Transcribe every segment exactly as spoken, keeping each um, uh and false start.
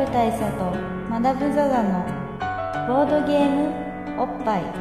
ル大佐とマダム・ザ・ザのボードゲームおっぱい。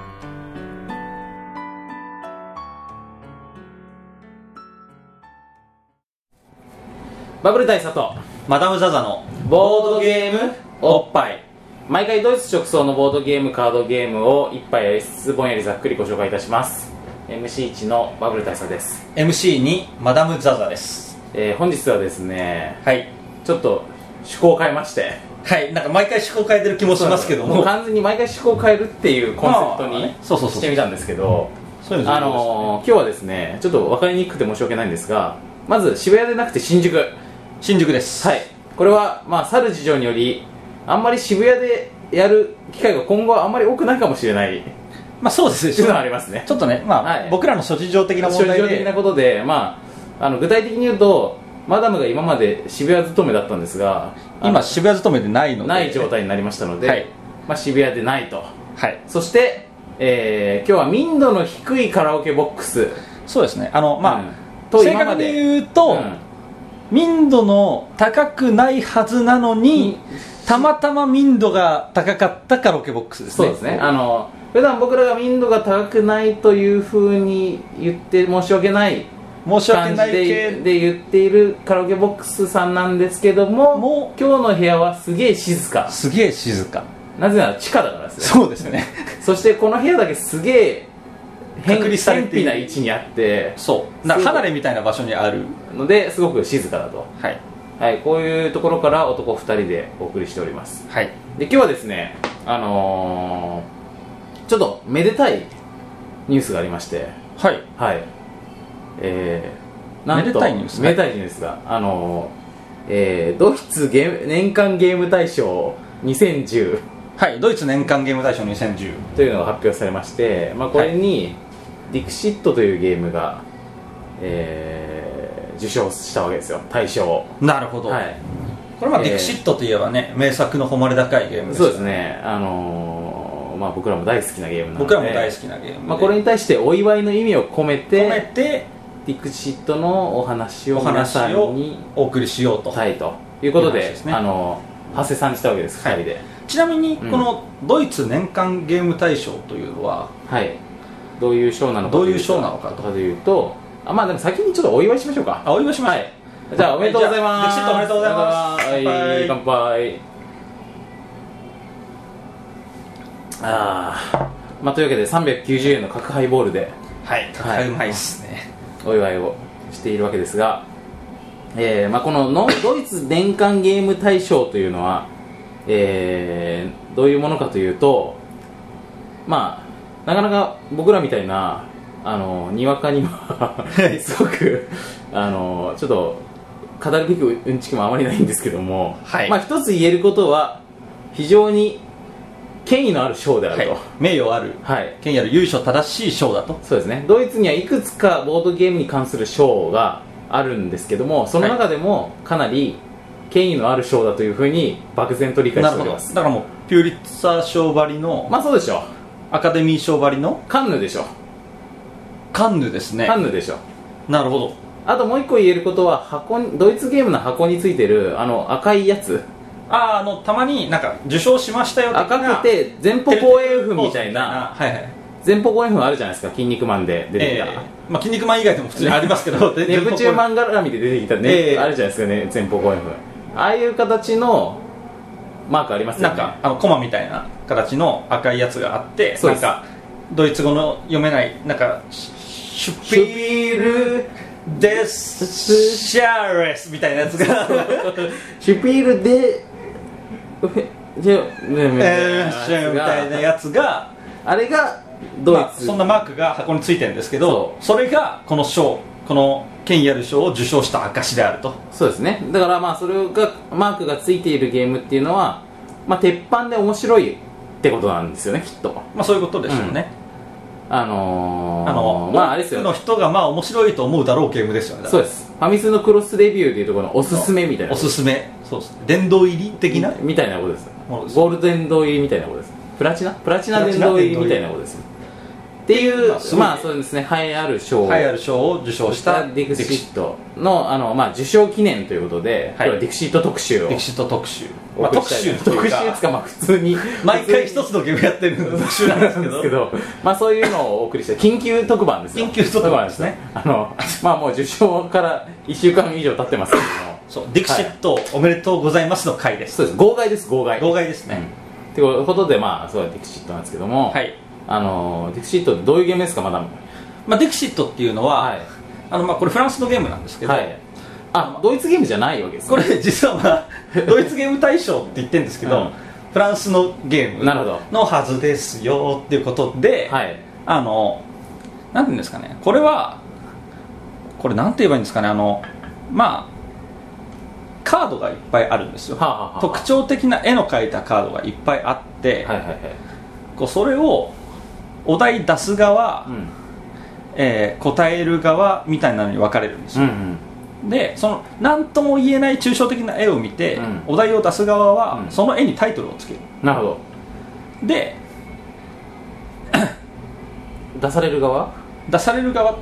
バブル大佐とマダム・ザ・ザのボードゲームおっぱい。毎回ドイツ直送のボードゲームカードゲームを一杯やりつつぼんやりざっくりご紹介いたします。 エムシーいち のバブル大佐です。 エムシーに マダム・ザ・ザです。 えー、本日はですね、 はいちょっと趣向を変えまして、 はい、なんか毎回趣向変えてる気もしますけども、 もう完全に毎回趣向を変えるっていうコンセプトにそうそうそうしてみたんですけど、 そういうのあのー、今日はですねちょっと分かりにくくて申し訳ないんですが、まず渋谷でなくて新宿。 新宿です。 はい、これはまあ去る事情によりあんまり渋谷でやる機会が今後はあんまり多くないかもしれないまあそうですね、 というのはありますね。 ちょっとね、まあ、はい、僕らの諸事情的な問題で諸事情的なことで、まあ、あの具体的に言うとマダムが今まで渋谷勤めだったんですが、 今渋谷勤めでないのでない状態になりましたので、はい、まあ、渋谷でないと、 はい、 そして、えー、今日は民度の低いカラオケボックス。 そうですね、あの、まあ、 うん、 正確に言うと、うん、民度の高くないはずなのに、うん、たまたま民度が高かったカラオケボックスですね。 そうですね、あの普段僕らが民度が高くないというふうに言って申し訳ない申し訳ない系で言っているカラオケボックスさんなんですけども、もう今日の部屋はすげえ静か。 すげえ静か。 なぜなら地下だからですね。 そうですねそしてこの部屋だけすげえ隔離されている偏僻な位置にあって、 そうな離れみたいな場所にあるのですごく静かだと。 はい、 はい、こういうところから男ふたりでお送りしております。 はい、 で今日はですね、あのー、ちょっとめでたいニュースがありまして、 はいはい、えー、なんとめでたいニュース、 めでたいニュースが、あのーえー、ドイツゲーム年間ゲーム大賞にせんじゅう、 はい、ドイツ年間ゲーム大賞にせんじゅうというのが発表されまして、まあ、これに、はい、ディクシットというゲームが、えー、受賞したわけですよ、大賞を。 なるほど、はい、これはディクシットといえばね、えー、名作の誉れ高いゲームですから、ね、 そうですね、あのーまあ、僕らも大好きなゲームなので、 僕らも大好きなゲームで、 まあ、これに対してお祝いの意味を込めて込めてディクシットのお話を皆さんにお送りしようとはいということで、ね、あの長谷さんしたわけです、はい、ふたりで。 ちなみにこのドイツ年間ゲーム大賞というのは、 はい、どういう賞なのかどういう賞なのかというと、あ、まあでも先にちょっとお祝いしましょうか。 あ、お祝いしましょう、はい、 じゃあおめでとうございます。 ディクシットおめでとうございます。 はい、乾杯。あー、まあ、というわけでさんびゃくきゅうじゅうえんの角ハイボールで、 はい、角ハイうまいっすね、 お祝いをしているわけですが、えーまあ、こののドイツ年間ゲーム大賞というのは、えー、どういうものかというと、まあ、なかなか僕らみたいなあのにわかにはすごくあのちょっと語るべきうんちくもあまりないんですけども、はい、まあ、一つ言えることは非常に権威のある賞であると、はい、 名誉ある、はい、権威ある由緒正しい賞だと。 そうですね、ドイツにはいくつかボードゲームに関する賞があるんですけども、その中でもかなり権威のある賞だというふうに漠然と理解しております。 だからもうピューリッツァー賞ばりの、 まあそうでしょう、 アカデミー賞ばりのカンヌでしょ。 カンヌですね、 カンヌでしょ。 なるほど。 あともう一個言えることは、箱にドイツゲームの箱についてるあの赤いやつ、 ああのたまになんか受賞しましたよ的な赤くて前方後円墳みたいな、 はいはい、 前方後円墳あるじゃないですか、筋肉マンで出てきた、 えーまあ、筋肉マン以外でも普通にありますけどネプチューンマン絡みで出てきたね、えー、あるじゃないですかね、前方後円墳、ああいう形のマークありますよね。 なんかあのコマみたいな形の赤いやつがあって、なんかドイツ語の読めないなんかシュピールデスシャーレスみたいなやつがシュピールデじゃみたいなやつが、 あれがドイツ、 まあ、そんなマークが箱についてるんですけど、 そ, それがこの賞、この権威ある賞を受賞した証であると。 そうですね、だからまあそれがマークがついているゲームっていうのは、まあ、鉄板で面白いってことなんですよね、きっと。 まあそういうことでしょうね、 うん、あのー、 あのまああれですよ、 多くの人がまあ面白いと思うだろうゲームですよね。 そうです、ファミスのクロスレビューというところのおすすめみたいな、 おすすめ、そうです、殿堂入り的なみたいなことです。ゴールド殿堂入りみたいなことです。プラチナプラチナ殿堂入りみたいなことです。 っていうまあすごいまあそうですね、栄えある賞を栄えある賞を受賞したディクシットのあの、まあ、受賞記念ということで、 はい、 今日はディクシット特集をディクシット特集、 まあ、特集っていうか特集つか、まあ、普通に毎回一つのゲームやってる特集なんですけどけどまあ、そういうのをお送りした緊急特番ですよ。 緊急特番ですね。 あの、まあ、もう受賞からいっしゅうかん以上経ってますけども、 そうディクシット、はい、おめでとうございますの回です。 そうです、号外です、号外号外ですね、 うん、ということで、まあ、そうディクシットなんですけども、 はい、 あのディクシットってどういうゲームですか、マダム。 まあ、ディクシットっていうのは、はい、あのまあこれフランスのゲームなんですけど、はい、 あ、ドイツゲームじゃないわけですね。 これ実は、まあ、ドイツゲーム大賞って言ってるんですけど、うん、フランスのゲームのはずですよっていうことで、はい、あのなんていうんですかね、これはこれなんて言えばいいんですかね、あのまあカードがいっぱいあるんですよ、はあはあ、特徴的な絵の描いたカードがいっぱいあって、はいはいはい、こうそれをお題出す側、うん、えー、答える側みたいなのに分かれるんですよ、うんうん、でその何とも言えない抽象的な絵を見て、うん、お題を出す側は、うん、その絵にタイトルをつける。 なるほど。 で出される側出される側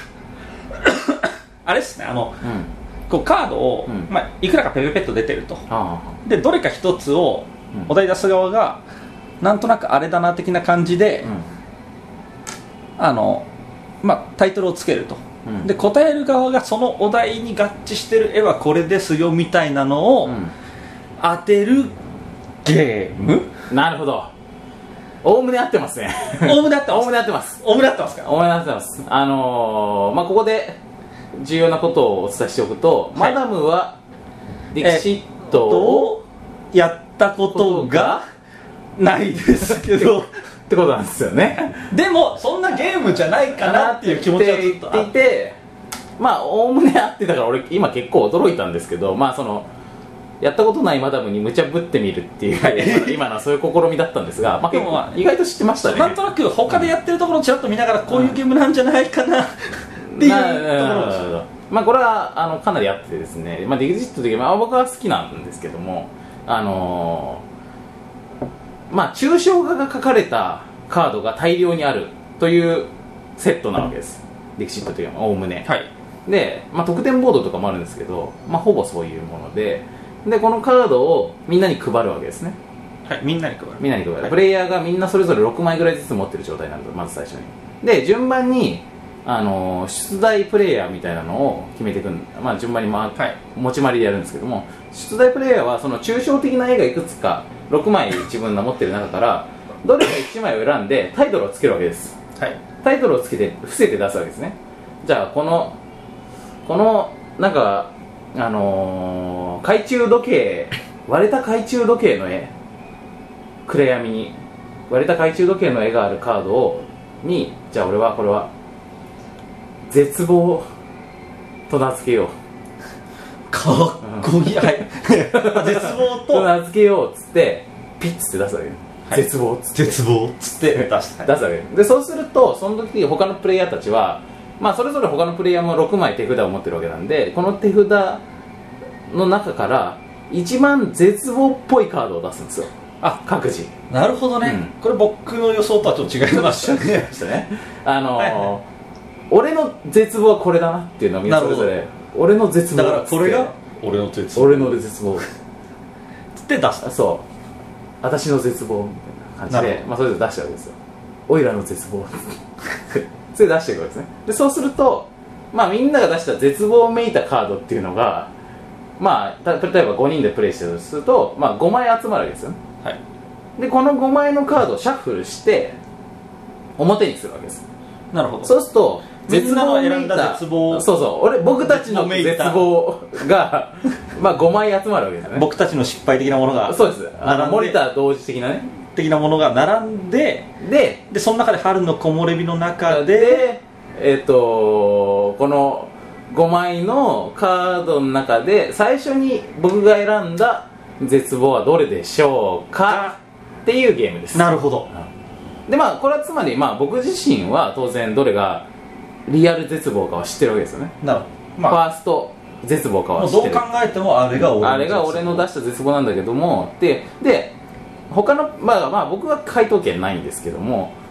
あれですね、あの、うん、こうカードを、うん、まあ、いくらかペペペッと出てると、でどれか一つを、うん、お題出す側がなんとなくあれだな的な感じで、うん、あのまあ、タイトルをつけると、うん、で答える側がそのお題に合致してる絵はこれですよみたいなのを、うん、当てるゲーム。 なるほど、おおむね合ってますね。 おおむね合ってます。 おおむね合ってます。 おおむね合ってますか。 おおむね合ってます。あのー、まあここで重要なことをお伝えしておくと、はい、マダムはディクシットをやったことがないですけどってことなんですよね。 でもそんなゲームじゃないかなっていう気持ちはずっとあっていて、 まあおおむね合ってたから俺今結構驚いたんですけど、まあそのやったことないマダムに無茶ぶってみるっていう今のはそういう試みだったんですが、まあ、結構意外と知ってましたね。 なんとなく他でやってるところをちらっと見ながらこういうゲームなんじゃないかなっていうところです。 まあこれはあのかなりあってですね、まあ、ディクシットというゲームは僕は好きなんですけども、あのー、まあ抽象画が描かれたカードが大量にあるというセットなわけです、ディクシットというのはおおむね、はい、で、まあ、得点ボードとかもあるんですけど、まあ、ほぼそういうもので、でこのカードをみんなに配るわけですね。 はい、みんなに配るみんなに配る、はい、プレイヤーがみんなそれぞれろくまいぐらいずつ持ってる状態なんです、まず最初に。で順番にあの出題プレイヤーみたいなのを決めていく、まあ、順番に回、はい、持ち回りでやるんですけども、出題プレイヤーはその抽象的な絵がいくつかろくまい自分が持ってる中からどれかいちまいを選んでタイトルをつけるわけです、はい、タイトルをつけて伏せて出すわけですね。じゃあこのこのなんかあのー、懐中時計、割れた懐中時計の絵、暗闇に割れた懐中時計の絵があるカードをに、じゃあ俺はこれは絶望と名付けよう、 かっこいい、はい、絶望と名付けようっつってピッつって出すわけ、はい、絶望っつって絶望っつって出す、 出すわけで、そうするとその時他のプレイヤーたちは、まあ、それぞれ他のプレイヤーもろくまい手札を持ってるわけなんで、この手札の中から一番絶望っぽいカードを出すんですよ、あ、各自。 なるほどね、うん、これ僕の予想とはちょっと違いましたねあのーはいはい、俺の絶望はこれだなっていうのをみんなそれぞれ俺の絶望だからこれが俺の絶望俺の絶望つって出す、 そう私の絶望みたいな感じで、まあ、それぞれ出しちゃうわけですよ、おいらの絶望それ出していくわけですね。でそうすると、まあ、みんなが出した絶望めいたカードっていうのが、まあ、例えばごにんでプレイしてるとすると、まあ、ごまい集まるわけですよね、はい、でこのごまいのカードをシャッフルして表にするわけです。 なるほど。 そうすると絶望めいた、 そうそう俺僕たちの絶望がまあごまい集まるわけですよね。 僕たちの失敗的なものが、 そうです、あのモニター同時的なね的なものが並んで、ででその中で春の木漏れ日の中で、 でえっ、ー、とこのごまいのカードの中で最初に僕が選んだ絶望はどれでしょうかっていうゲームです。 なるほど。 でまあこれはつまり、まあ、僕自身は当然どれがリアル絶望かは知ってるわけですよね。 なるほど、 まあ、ファースト絶望かは知ってる。 どう考えてもあれが俺のあれが俺の出した絶望なんだけども、でで他の、まあ、まあ僕は回答権ないんですけども、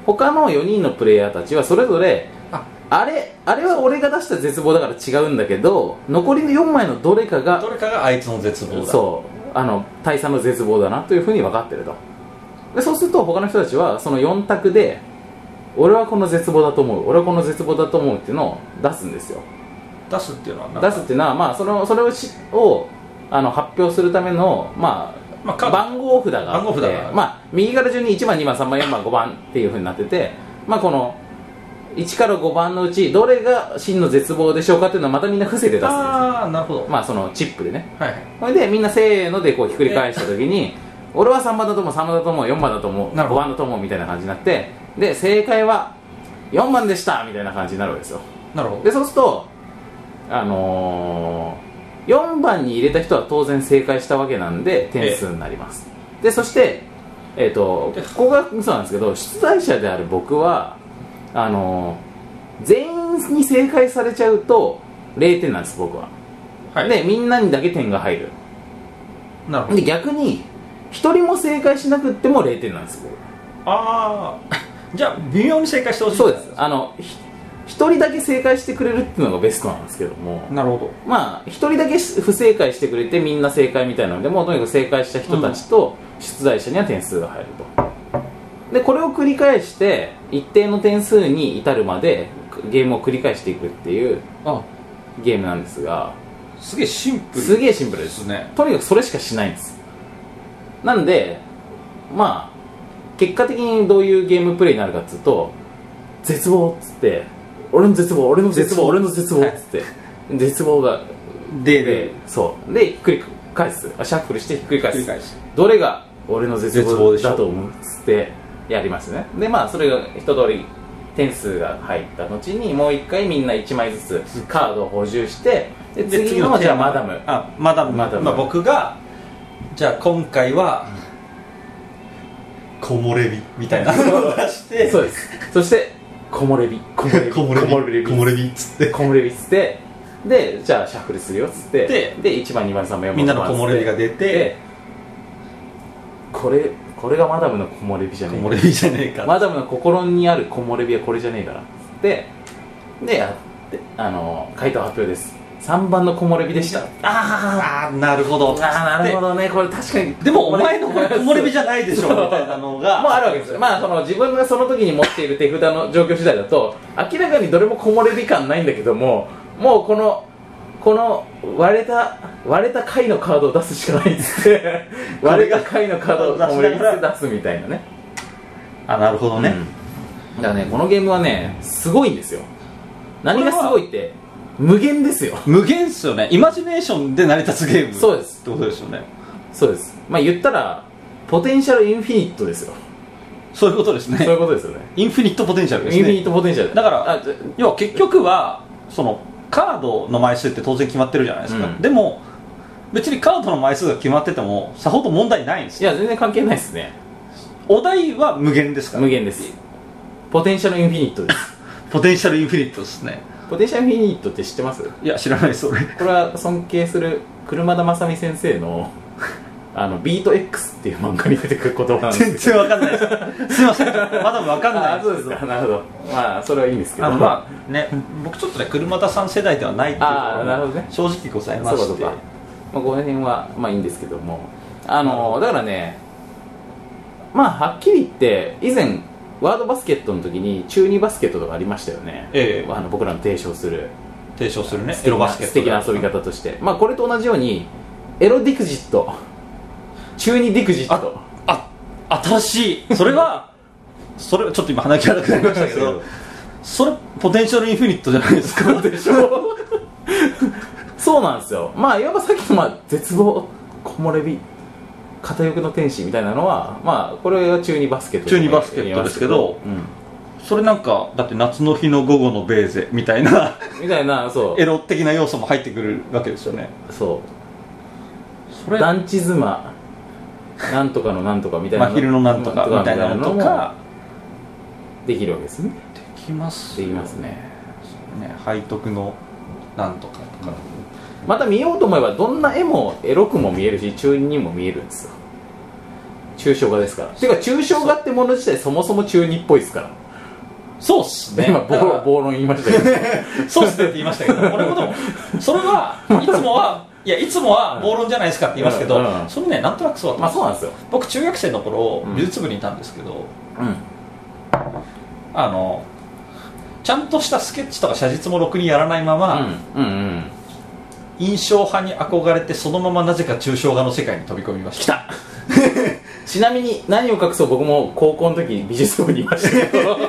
他のよにんのプレイヤーたちはそれぞれああれあれは俺が出した絶望だから違うんだけど、残りのよんまいのどれかがどれかがあいつの絶望だ、 そうあの大佐の絶望だなというふうに分かってると。でそうすると他の人たちはそのよん択で俺はこの絶望だと思う俺はこの絶望だと思うっていうのを出すんですよ。 出すっていうのはなんか出すっていうのは、まあ、そのそれをしをあの発表するための、まあまあカード番号札があって番号札がまあ、右から順にいちばんにばんさんばんよんばんごばんっていうふうになってて、まあ、このいちからごばんのうちどれが真の絶望でしょうかっていうのはまたみんな伏せて出すんですよ。 ああなるほど、 まあそのチップでね。 はいはい、 それでみんなせーのでこうひっくり返した時に俺はさんばんだと思うさんばんだと思うよんばんだと思うなるほどごばんだと思うみたいな感じになって、で正解はよんばんでしたみたいな感じになるわけですよ。 なるほど。 でそうするとあのー、よんばんに入れた人は当然正解したわけなんで点数になります。でそしてえー、とここがそうなんですけど、出題者である僕はあのー、全員に正解されちゃうとれいてんなんです僕は、 はい、 でみんなにだけ点が入る。 なるほど。 で逆にひとりも正解しなくってもれいてんなんです僕。 ああじゃあ微妙に正解してほしい。 そうです。あのひとりだけ正解してくれるっていうのがベストなんですけども、 なるほど。 まあひとりだけ不正解してくれてみんな正解みたいなので、もうとにかく正解した人たちと出題者には点数が入ると。でこれを繰り返して一定の点数に至るまでゲームを繰り返していくっていうあゲームなんですが、 すげえシンプルすげえシンプルですね。 とにかくそれしかしないんです。なんでまあ結果的にどういうゲームプレイになるかっつうと、絶望っつって俺の絶望俺の絶望俺の絶望っつって絶望がででそうでひっくり返す、シャッフルしてひっくり返す、 ひっくり返すどれが俺の絶絶望でしょ望だと思うっつってやりますね。でまあそれが一通り点数が入った後にもう一回みんないちまいずつカードを補充して、でで次のじゃあマダムあマダムマダムまあ、僕がじゃあ今回は木漏れ日みたいなのを出してそうですそして木漏れ日木漏れ日木漏れ日木漏れ日木漏れ日っつって木漏れ日っつってでじゃあシャッフルするよっつってででいちばんにばんさんばんよんばんみんなの木漏れ日が出てでこれこれがマダムの木漏れ日じゃねえか木漏れ日じゃねえかマダムの心にある木漏れ日はこれじゃねえからっつってでやってあの回答発表です。さんばんの木漏れ日でした。 ああなるほど。 ああなるほどね、これ確かにでもお前のこれ木漏れ日じゃないでしょみたいなのがもうあるわけですよ。まあその自分がその時に持っている手札の状況次第だと明らかにどれも木漏れ日感ないんだけども、もうこのこの割れた割れた貝のカードを出すしかないっつって割れた貝のカードを木漏れ日で出すみたいなね。 あなるほどね、 うん、だからねこのゲームはねすごいんですよ。何がすごいって無限ですよ。 無限っすよね。イマジネーションで成り立つゲームそうですってことですよね。 そうです。まあ言ったらポテンシャルインフィニットですよ。 そういうことですね。 そういうことですよね。 インフィニットポテンシャルですね。 インフィニットポテンシャルだからあ要は結局はそのカードの枚数って当然決まってるじゃないですか、うん、でも別にカードの枚数が決まっててもさほど問題ないんですよ。 いや全然関係ないですね。 お題は無限ですから。 無限です。ポテンシャルインフィニットですポテンシャルインフィニットですね。 ポテンシャルインフィニットって知ってます？ いや知らないです俺。 これは尊敬する車田正美先生のあのビート X っていう漫画に出てくる言葉なんですけど全然わかんないですすいませんまだわかんないあそうですか。なるほど。まあそれはいいんですけど、 あまあね僕ちょっとね車田さん世代ではないっていうあなるほど、ね、 正直ございまして、 そうかそうか、まあ、この辺はまあいいんですけども、あのだからねまあはっきり言って以前ワードバスケットの時に中にバスケットとかありましたよね、 ええ、 あの僕らの提唱する提唱するねエロバスケット素敵な遊び方として、まあこれと同じようにエロディクジット中にディクジットああ新しいそれはそれちょっと今鼻毛荒くなりましたけどそれポテンシャルインフィニットじゃないですかでしょそうなんですよ。まあいわばさっきの、まあ、絶望木漏れ日片翼の天使みたいなのはまあこれは中にバスケット中にバスケットですけど、うん、それなんかだって夏の日の午後のベーゼみたいなみたいなそうエロ的な要素も入ってくるわけですよね。 そうそれ団地妻なんとかのなんとかみたいな真昼のなんとかみたいなのとかできるわけですね。 できますできますね。 ね背徳のなんとかとか、 また見ようと思えばどんな絵もエロくも見えるし中二にも見えるんですよ。 抽象画ですから。ていうか抽象画ってもの自体そもそも中二っぽいですから。 そうっすね。 今暴暴論言いましたけどそうっすねって言いましたけど、俺もでもそれはいつもはいやいつもは暴論じゃないですかって言いますけど、 うんうん、 それねなんとなくそうだった。 まあそうなんですよ。 僕中学生の頃美術部にいたんですけど、 うん、 あのちゃんとしたスケッチとか写実もろくにやらないまま、 うんうんうん、 印象派に憧れてそのままなぜか抽象画の世界に飛び込みました。 来たちなみに何を隠そう僕も高校の時美術部にいましたけど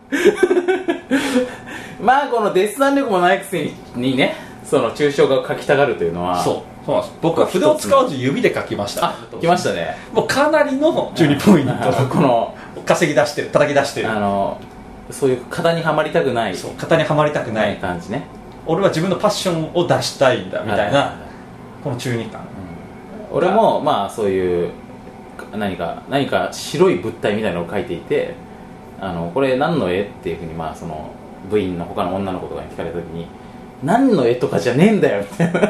まあこのデッサン力もないくせにね、その抽象画を描きたがるというのは、 そうそうなんです。僕は筆を使わず指で描きました、 ね、あ、来ましたね。 もうかなりの中二ポイントこの稼ぎ出してる、叩き出してる、 あのそういう型にはまりたくない、 そう型にはまりたくない感じね。 俺は自分のパッションを出したいんだみたいな、この中二感、 うん、俺もまあそういう何か何か白い物体みたいなのを描いていて、あのこれ何の絵っていうふうに、まあその部員の他の女の子とかに聞かれた時に、何の絵とかじゃねえんだよみたいなバ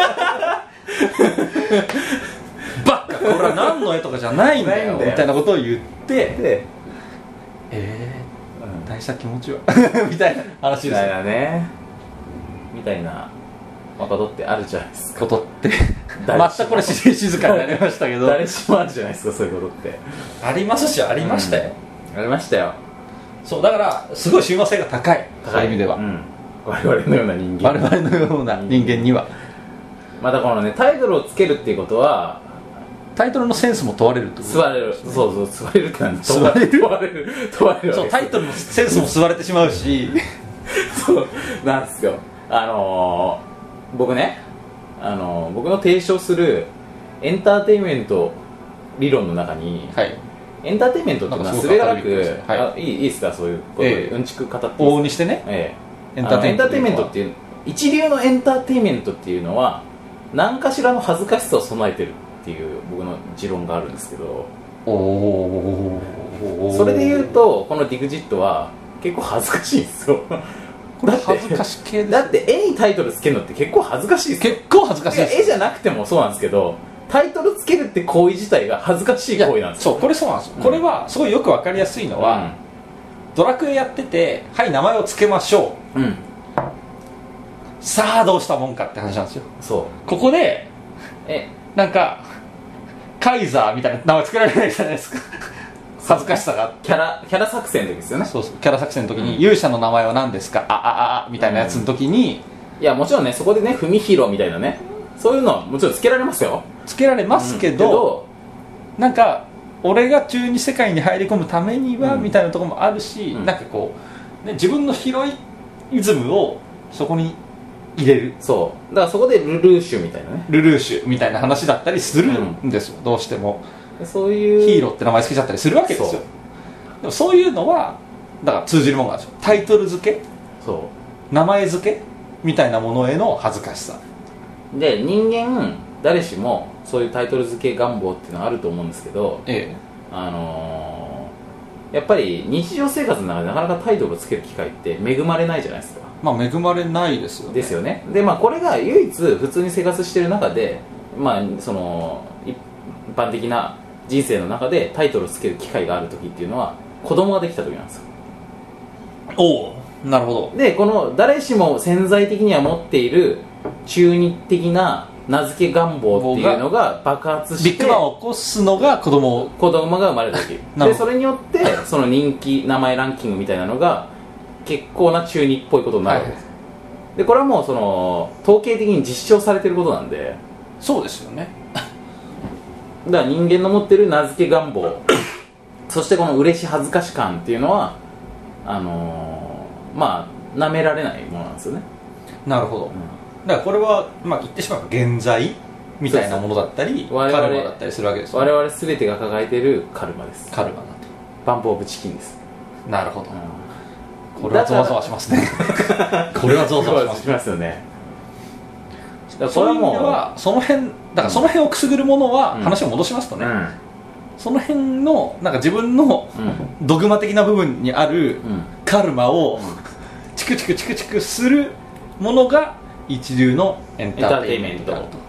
ッカこれは何の絵とかじゃないんだよみたいなことを言って、でえー、大した気持ちはみたいな話ですみたいなね、みたいなことってあるじゃないですか。 ことってまたこれ静かになりましたけど誰しもあるじゃないですか、そういうことってありますし、ありましたよ、 うん、ありましたよ。 そうだからすごい親和性が高い、そういう意味では、うん、 我々のような人間我々のような人間にはまたこのねタイトルをつけるっていうことはタイトルのセンスも問われるってこと吸われる、そうそう、吸われるってなん吸われる問われる問われるそう、タイトルのセンスも吸われてしまうしそうなんですよ。あのー、僕ね、あのー、僕の提唱するエンターテインメント理論の中に、はい、エンターテインメントっていうのはすべからく、はい、あいい、いいですか、そういうことで、ええ、うんちく語って往々にしてね、 ええ、エンターテインメントっていう一流のエンターテインメントっていうのは何かしらの恥ずかしさを備えてるっていう僕の持論があるんですけど、おそれで言うとこのディグジットは結構恥ずかしいんですよこれ恥ずかし系です。 だって絵にタイトルつけるのって結構恥ずかしいですよ。 結構恥ずかしいです。 絵じゃなくてもそうなんですけど、タイトルつけるって行為自体が恥ずかしい行為なんですよ。 そう、これそうなんですよ、うん、これはすごいよく分かりやすいのは、うん、ドラクエやってて、はい名前をつけましょう、うん、さあどうしたもんかって話なんですよ。そうここでえなんかカイザーみたいな名前つけられないじゃないですか恥ずかしさがキャラキャラ作戦の時ですよね。 そうそう、キャラ作戦の時に、うん、勇者の名前は何ですか、あああみたいなやつの時に、 うん、いやもちろんね、そこでね文広みたいなね、そういうのはもちろんつけられますよ、 つけられますけど、うん、けどなんか俺が中二世界に入り込むためには、うん、みたいなところもあるし、うん、なんかこう、ね、自分のヒロイズムをそこに入れる。そうだからそこでルルーシュみたいなね、 ルルーシュみたいな話だったりするんですよ、うん、どうしてもそういうヒーローって名前つけちゃったりするわけですよ。でもそういうのはだから通じるものがあるんですよ。タイトル付け、そう名前付けみたいなものへの恥ずかしさで、人間誰しもそういうタイトル付け願望っていうのはあると思うんですけど、ええ、あのー、やっぱり日常生活の中でなかなかタイトルを付ける機会って恵まれないじゃないですか。 まあ恵まれないですよね。 ですよね。で、まあこれが唯一普通に生活してる中で、まあその一般的な人生の中でタイトルを付ける機会がある時っていうのは子供ができた時なんですよ。 おお、なるほど。 で、この誰しも潜在的には持っている中二的な名付け願望っていうのが爆発してビッグバンを起こすのが子供子供が生まれた時で、それによってその人気名前ランキングみたいなのが結構な中二っぽいことになるわけです、はい、でこれはもうその統計的に実証されてることなんで。 そうですよねだから人間の持ってる名付け願望そしてこの嬉し恥ずかし感っていうのはあのー、まあ舐められないものなんですよね。 なるほど、うん、だからこれは、まあ、言ってしまえば現在みたいなものだったりカルマだったりするわけですよね。 我々全てが抱えているカルマです。 カルマだとバンプオブチキンです。 なるほど、うん、これはゾワゾワしますねこれはゾワゾワします、 しますよね。 だからそれはもうはその辺だからその辺をくすぐるものは、うん、話を戻しますとね、うん、その辺のなんか自分の、うん、ドグマ的な部分にある、うん、カルマを、うん、チクチクチクチクするものが一流のエンターテインメントだと。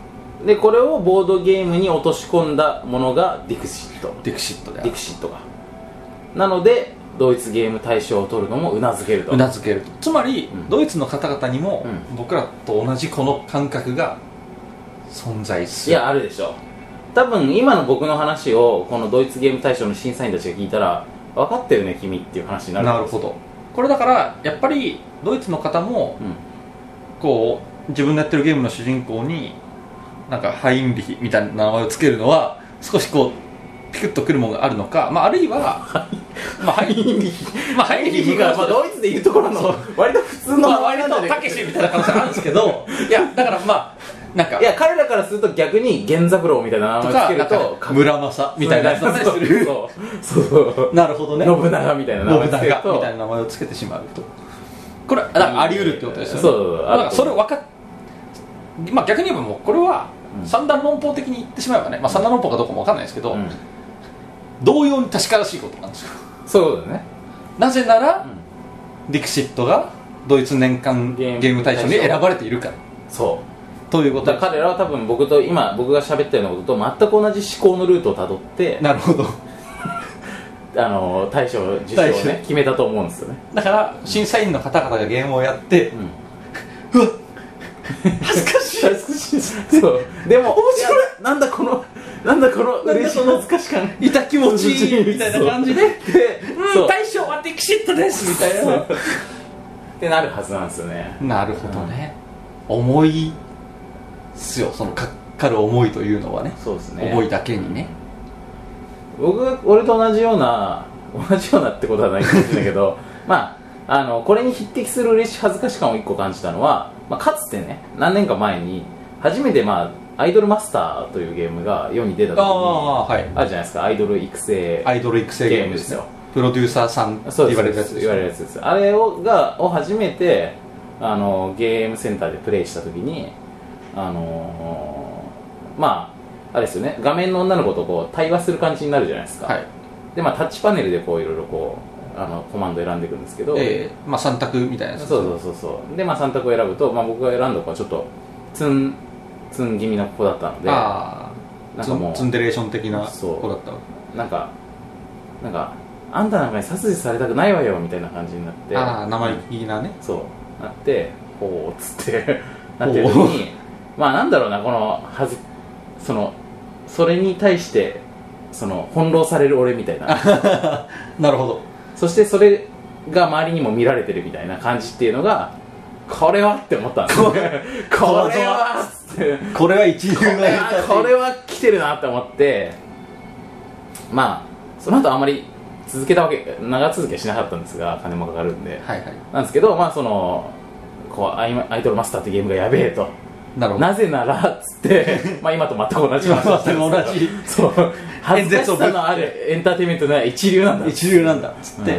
でこれをボードゲームに落とし込んだものがディクシットディクシットであディるクシットがなのでドイツゲーム大賞を取るのもうなずけるとうなずけると。つまり、 うんドイツの方々にも、 うん僕らと同じこの感覚が存在する。 いやあるでしょ。多分今の僕の話をこのドイツゲーム大賞の審査員たちが聞いたら分かってるね君っていう話になるなるほど。これだからやっぱりドイツの方も、 うんこう自分のやってるゲームの主人公になんかハインリヒみたいな名前をつけるのは少しこうピクッとくるものがあるのか、まあ、あるいはまあハインリヒまあハインリヒが、 まあ、ドイツでいうところの割と普通のまあ、割とたけしみたいな可能性あるんですけどいやだからまあなんかいや彼らからすると逆に源三郎みたいな名前をつけるとか村正みたいなやつだったりするそうそうそうなるほどね信長みたいな名前をつける信長みとたいな名前をつけてしまうとこれだからあり得るってことですよね。 そうだからそれを分かっまあ逆に言えばもうこれはうん三段論法的に言ってしまえばね、まあ、三段論法かどうかも分かんないですけど、 うん同様に確からしいことなんですよ。 そういうことだね。 なぜなら、 うんディクシットがドイツ年間ゲーム大賞に選ばれているからそうということです。 だから彼らは多分僕と今僕が喋ったようなことと全く同じ思考のルートをたどってなるほど。 あの大賞受賞を大賞ね決めたと思うんですよね。 だから審査員の方々がゲームをやって、 うんうわ恥ずかしい恥ずかしいそうでも面白いいやななんだこのなんだこの嬉しい懐かし感いた気持ちいいみたいな感じででうんそう大賞はディクシットですみたいなってなるはずなんですよね。 なるほどね、重いっすよそのかかる思いというのはねそうですね。 思いだけにね。 僕が俺と同じような同じようなってことはないかもしれないけどまああのこれに匹敵する嬉しい恥ずかし感をいっこ感じたのは、まあ、かつてね何年か前に初めて、まあ、アイドルマスターというゲームが世に出た時にああはいあるじゃないですか。アイドル育成アイドル育成ゲームですよ。プロデューサーさんってそうです言われるやつです言われるやつです。あれをがを初めてあのゲームセンターでプレイした時にあのーまああれですよね、画面の女の子とこう対話する感じになるじゃないですか。 はいでまあタッチパネルでこういろいろこうあのコマンド選んでいくんですけど、 ええまあさん択みたいなやつそうそうそうそうでまあさん択を選ぶと、まあ、僕が選んだ子はちょっとツンツン気味な子だったので、 ああなんかもうツンデレーション的なそう子だったわなんかなんかあんたなんかに殺人されたくないわよみたいな感じになってけ。ああ生意気なね。 そうなってほうっつってなってる時にまあなんだろうなこのはずそのそれに対してその翻弄される俺みたいななるほど。 そしてそれが周りにも見られてるみたいな感じっていうのがこれはって思ったんですよねこれはっつってこれは一流これはこれは来てるなって思ってまあその後あんまり続けたわけ長続きはしなかったんですが金もかかるんではいはい。 なんですけどまあそのこうアイアイドルマスターってゲームがやべえとなるほど。 なぜならっつってまあ今と全く同じ話だったんですけど全く同じそう恥ずかしさのあるエンターテインメントの一流なんだ一流なんだっつって、 うん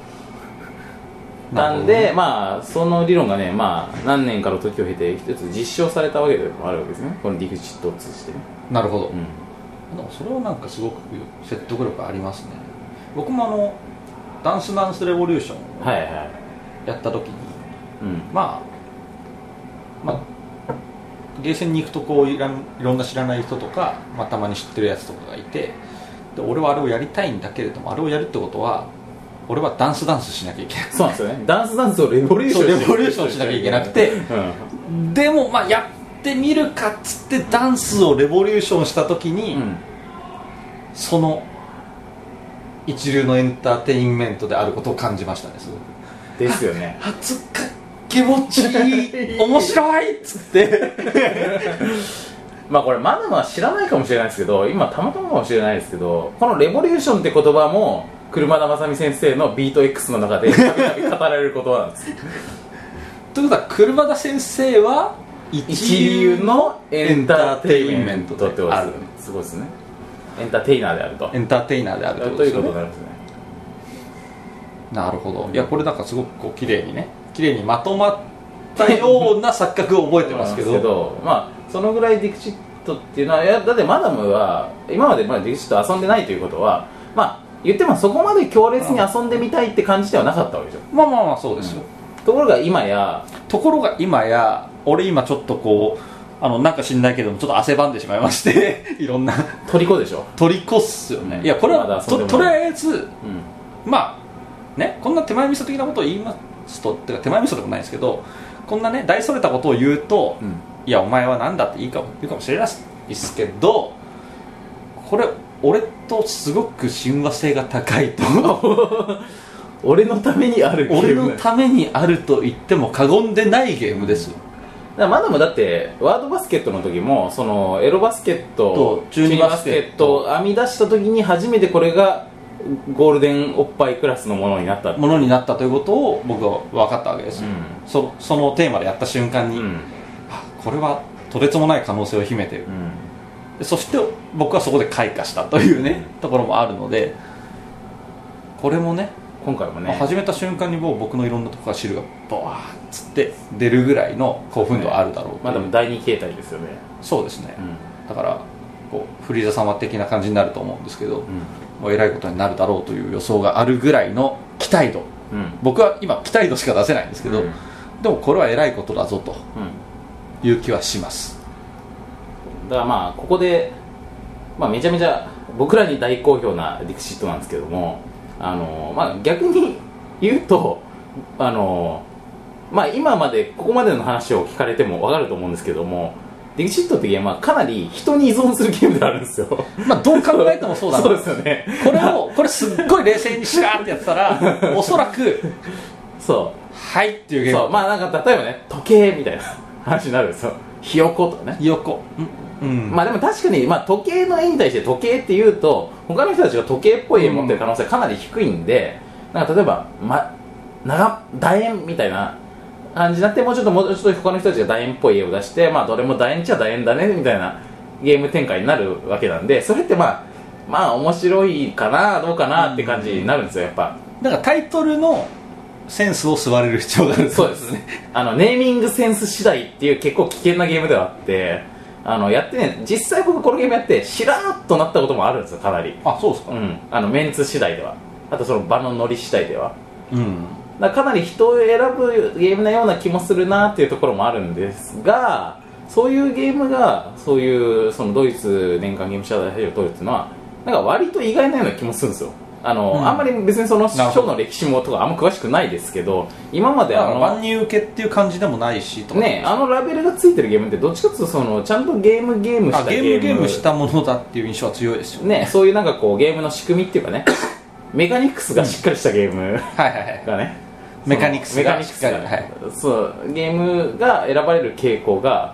なんで、まあその理論がね、まあ何年かの時を経て一つ実証されたわけでもあるわけですね。このディクシットを通じてね。 なるほど、 うんでもそれはなんかすごく説得力ありますね。僕もあのダンスダンスレボリューションをはいはい。 やった時に、 うん。 まあまあゲーセンに行くとこういらんいろんな知らない人とか、まあ、たまに知ってるやつとかがいて、で俺はあれをやりたいんだけれども、あれをやるってことは俺はダンスダンスしなきゃいけない。 そうなんですよね。ダンスダンスをレボリューションそうレボリューションしなきゃいけなくて、 うん。 でもまあやってみるかっつってダンスをレボリューションした時に、 うん。 その一流のエンターテインメントであることを感じましたね。すごくですよね。 初か気持ちいい面白いっつってまあこれマダムは知らないかもしれないですけど、今たまたまかもしれないですけど、このレボリューションって言葉も車田正美先生のビート X の中でたびたび語られる言葉なんです。 ということは車田先生は一流のエンターテインメントってことですあるすごいですね。エンターテイナーであるとエンターテイナーであるということというですよね。 ことになるんですね。 なるほど。いやこれなんかすごくこう綺麗にね綺麗にまとまったような錯覚を覚えてますけどそうなんですけど、まあそのぐらいディクシットっていうのは、いやだってマダムは今までまあディクシット遊んでないということは、まあ言ってもそこまで強烈に遊んでみたいって感じではなかったわけでしょ。 まあまあまあそうですよ、 ところが今やところが今や俺今ちょっとこうあのなんか知んないけどもちょっと汗ばんでしまいましていろんな虜でしょ。 虜っすよね、うん、いやこれは、ま、と, とりあえず、うん、まあねこんな手前味噌的なことを言いますとってか手前味噌でもないんですけど、こんなね大それたことを言うと、うん、いやお前はなんだっていいかも言うかもしれないですけど、これ俺とすごく親和性が高いと俺のためにあるゲーム、 俺のためにあると言っても過言でないゲームですよ。 だからまだもだってワードバスケットの時もそのエロバスケットと中二バスケットを編み出した時に初めてこれがゴールデンおっぱいクラスのものになったものになったということを僕は分かったわけです、うん、そ, そのテーマでやった瞬間に、うん、これはとてつもない可能性を秘めている、うん、そして僕はそこで開花したというねところもあるので、これもね今回もね始めた瞬間にもう僕のいろんなとこから汁がボワーッつって出るぐらいの興奮度あるだろう、ね、 まあでもだいに形態ですよね。 そうですね、うん、だからこうフリーザ様的な感じになると思うんですけど、うん、もうえらいことになるだろうという予想があるぐらいの期待度、うん、僕は今期待度しか出せないんですけど、うん、でもこれはえらいことだぞという気はします。 だからまあここで、まあ、めちゃめちゃ僕らに大好評なディクシットなんですけども、あのまあ、逆に言うとあの、まあ、今までここまでの話を聞かれても分かると思うんですけども、ディクシットってゲームはかなり人に依存するゲームであるんですよ。 まあどう考えてもそうだなそうですよね。 これをこれすっごい冷静にシラーってやったらおそらくそうはいっていうゲーム、 そうまあなんか例えばね時計みたいな話になるんですよ。ひよことかね、 ひよこ、うん、 まあでも確かに、まあ、時計の絵に対して時計っていうと他の人たちが時計っぽい絵を持ってる可能性がかなり低いんで、なんか例えば、ま、長楕円みたいな感じになって、もうちょっともうちょっと他の人たちが楕円っぽい絵を出して、まあどれも楕円っちゃ楕円だねみたいなゲーム展開になるわけなんで、それってまあまあ面白いかなどうかなって感じになるんですよやっぱ。 だからタイトルのセンスを吸われる必要がある。 そうですね。あのネーミングセンス次第っていう結構危険なゲームではあって、あのやってね、実際僕このゲームやってしらーっとなったこともあるんですよ、かなり。 あ、そうですか。 うん、あのメンツ次第では、あとその場のノリ次第では、 うん、 だからかなり人を選ぶゲームなような気もするなっていうところもあるんですが、そういうゲームがそういうそのドイツ年間ゲームシャー大賞を取るっていうのはなんか割と意外なような気もするんですよ。あの、うん、あんまり別にその賞の歴史もとかあんま詳しくないですけど、今まであの万人受けっていう感じでもないしとかね、あのラベルがついてるゲームってどっちかというとそのちゃんとゲームゲームしたゲームゲームゲームしたものだっていう印象は強いですよね。 ね、そういうなんかこうゲームの仕組みっていうかねメカニクスがしっかりしたゲームがね、 メカニクスがしっかり、 はい、そうゲームが選ばれる傾向が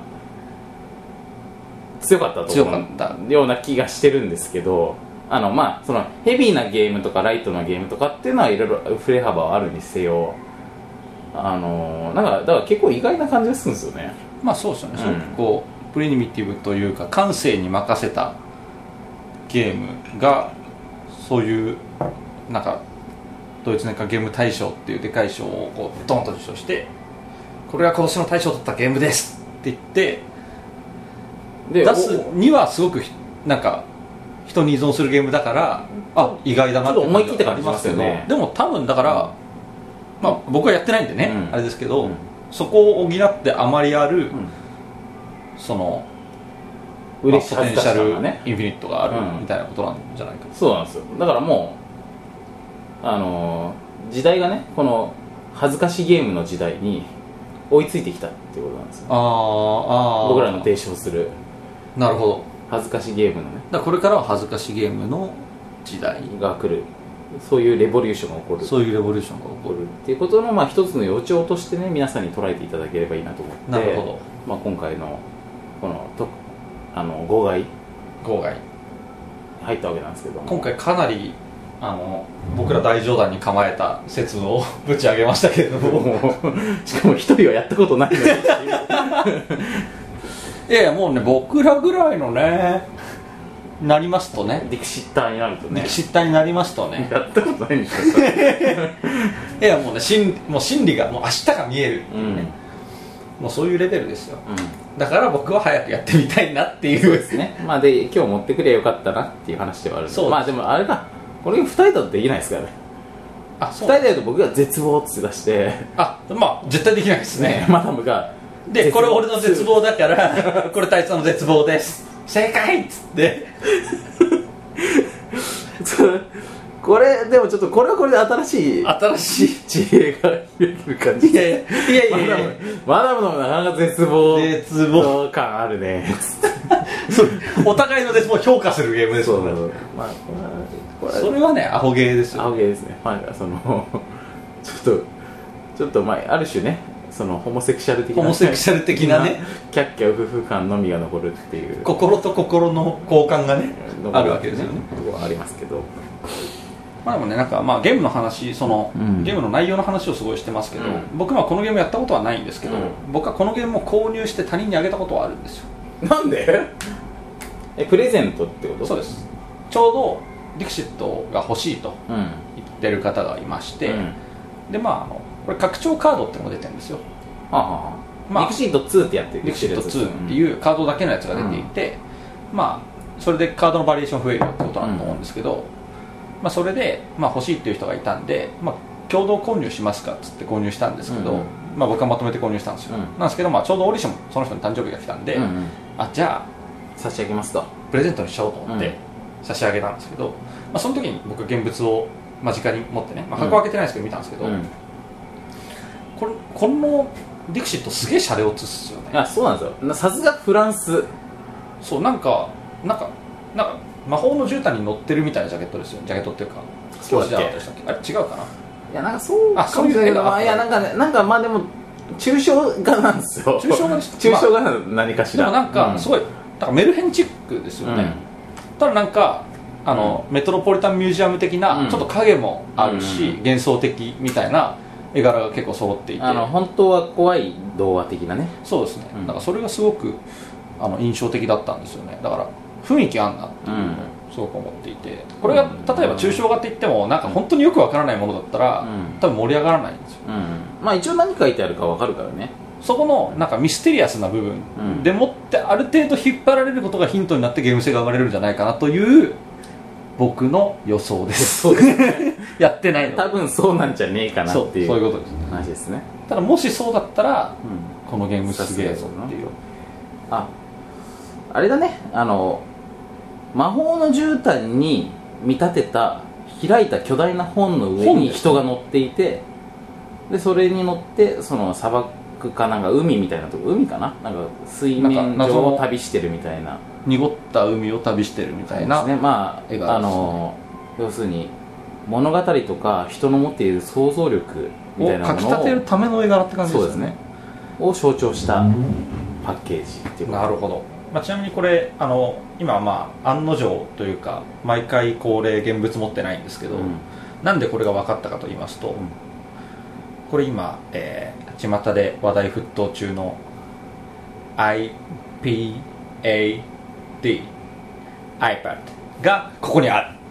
強かったと思うような気がしてるんですけど、あのまあそのヘビーなゲームとかライトなゲームとかっていうのはいろいろ振れ幅はあるにせよ、あのなんかだから結構意外な感じがするんですよね。 まあそうですよね、うん、すごくこうプリミティブというか感性に任せたゲームがそういうなんかドイツ年間ゲーム大賞っていうでかい賞をこうドンと受賞して、これが今年の大賞を取ったゲームですって言ってで出すにはすごくなんか人に依存するゲームだからあ意外だなって思い切った感じしますよね。 でも多分だから、まあ、僕はやってないんでね、うん、あれですけど、うん、そこを補ってあまりある、うん、その嬉しい、 まあ、ポテンシャル、ね、インフィニットがあるみたいなことなんじゃないか、うん、 そうなんですよ。だからもうあのー、時代がねこの恥ずかしゲームの時代に追いついてきたっていうことなんですよ。 ああ僕らの提唱するなるほど恥ずかしゲームのね、 だからこれからは恥ずかしゲームの時代が来る、そういうレボリューションが起こる、 そういうレボリューションが起こるっていうことのまあ一つの予兆としてね皆さんに捉えていただければいいなと思って、 なるほど、 まあ、今回のこのとあの号外号外入ったわけなんですけども、 今回かなりあの僕ら大冗談に構えた説をぶち上げましたけれどもしかも一人はやったことないのにいやいやもうね僕らぐらいのねなりますとねディクシッターになるとねディクシッターになりますとねやったことないんですよいやもうね心もう心理がもう明日が見えるっていうね、うん、もうそういうレベルですよ、うん、だから僕は早くやってみたいなっていう、 そうですね。まあで今日持ってくればよかったなっていう話ではあるんで、まあでもあれかこれふたりだとできないですからね。あ、ふたりだと僕が絶望って出して、 あ、まあ絶対できないですねねマダムがでこれ俺の絶望だからこれ太一さんの絶望です正解っつってこれでもちょっとこれはこれで新しい新しい知恵ができる感じ。 いやいやいやいやいやマダムのなかなか絶望絶望感あるねお互いの絶望を評価するゲームですよね。 まあこれそれはねアホゲーですよ、ね、 アホゲーですね。まあそのちょっとちょっとまあある種ねそのホモセクシャル的なホモセクシャル的なねキャッキャウフフ感のみが残るっていう心と心の交換がねあるわけですよね。 とこはありますけど、 まあでもねなんかまあゲームの話その、うん、ゲームの内容の話をすごいしてますけど、うん、僕はこのゲームやったことはないんですけど、うん、僕はこのゲームを購入して他人にあげたことはあるんですよ。 なんで？えプレゼントってこと？ そうです。ちょうどディクシットが欲しいと言ってる方がいまして、うん、でまああのこれ拡張カードっていうのが出てるんですよ。 はあはあまあ、ディクシットツーってやってるディクシットツーっていうカードだけのやつが出ていて、うん、まあそれでカードのバリエーション増えるってことなんだと思うんですけど、うんまあ、それで、まあ、欲しいっていう人がいたんで、まあ、共同購入しますかっつって購入したんですけど、うんうんまあ、僕はまとめて購入したんですよ、うん、なんですけど、まあ、ちょうどオーディションその人の誕生日が来たんで、うんうん、あじゃあ差し上げますとプレゼントにしちゃおうと思って差し上げたんですけど、まあ、その時に僕現物を間近に持ってね、まあ、箱開けてないですけど見たんですけど、うん、これこのディクシットすげえシャレオツっすよね。 いやそうなんですよ。さすがフランスそうなんかなんかなんか魔法の絨毯に乗ってるみたいなジャケットですよ。ジャケットっていうかそうだっけ？ あれ違うかな。いやなんかそうあそういう絵があった。 いやなんかねなんかまあでも抽象画なんですよ。 抽象画抽象画何かしら。 でもなんかすごい、うん、なんかメルヘンチックですよね。うん、ただなんかあの、うん、メトロポリタンミュージアム的な、うん、ちょっと影もあるし、うん、幻想的みたいな絵柄が結構揃っていて、 あの本当は怖い童話的なね。 そうですね。うん、なんかそれがすごくあの印象的だったんですよね。だから雰囲気あんなっていうのをすごく思っていて、これが例えば抽象画って言ってもなんか本当によくわからないものだったら、うん、多分盛り上がらないんですよ、 うん、まあ一応何書いてあるかわかるからね。 そこのなんかミステリアスな部分でもってある程度引っ張られることがヒントになってゲーム性が生まれるんじゃないかなという僕の予想です。そうですねやってないの多分そうなんじゃねえかなっていうそういうことですね話ですね。 ただもしそうだったら、うん、このゲームすげえぞっていう。 ああれだねあの魔法の絨毯に見立てた開いた巨大な本の上に人が乗っていて、でそれに乗ってその砂漠かなんか海みたいなとこ海かななんか水面上を旅してるみたいな濁った海を旅してるみたいな、 ね、まあ、ね、あの要するに物語とか人の持っている想像力みたいなものをかき立てるための絵柄って感じですね。 そうですねを象徴したパッケージっていうなるほど。まあ、ちなみにこれあの今まあ案の定というか毎回恒例現物持ってないんですけど、うん、なんでこれが分かったかと言いますと、うん、これ今、えー、巷で話題沸騰中の アイピーエーディー iPad がここにある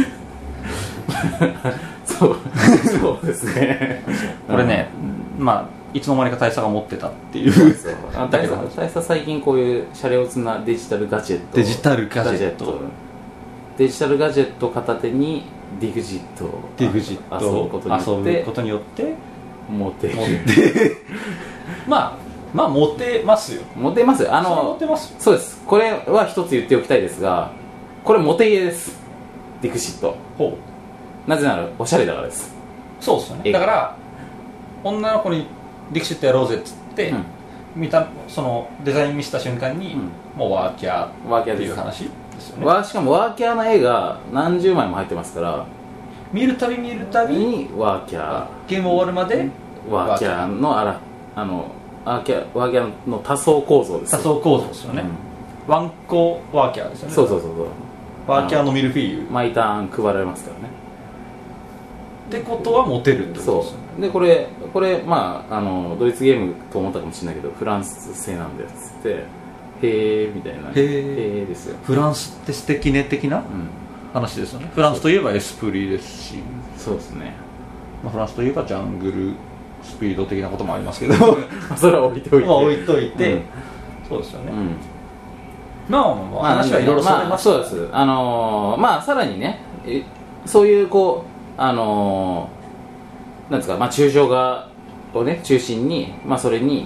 そうそうですねこれね、うん、まあいつの間にか大佐が持ってたっていう大佐最近こういうシャレオツなデジタルガジェットデジタルガジェットデジタルガジェット片手にディグジットディグジット遊ぶことによって遊ぶことによってモテるまあまあモテますよモテますあのモテますそうです。これは一つ言っておきたいですがこれモテ家ですディグジット。 ほうなぜならおしゃれだからです。 そうですよね。だから女の子にディクシットやろうぜっつって、うん、見たそのデザイン見せた瞬間に、うん、もうワーキャーっていう話ですよね。 ワーしかもワーキャーの絵が何十枚も入ってますから見るたび見るたびにワーキャーゲーム終わるまでワーキャーのあらあのワーキャーワーキャーの多層構造です。 多層構造ですよね、うん、ワンコワーキャーですよね。 そうそうそうそうワーキャーのミルフィーユ毎ターン配られますからね。 ってことはモテるってことですよね。 でこれこれまああのドイツゲームと思ったかもしれないけどフランス製なんだよっつってへえみたいなへえですよ。 フランスって素敵ね的な、うん、話ですよね。フランスといえばエスプリですしそうですね、 まあ、フランスといえばジャングルスピード的なこともありますけどそれは置いといて、 まあ、置いといて、うん、そうですよね、うんまあ、まあ、話はいろいろそれました、 まあ、そうです。あのー、まあさらにねそういうこうあのー、なんですかまあ抽象画をね中心にまあそれに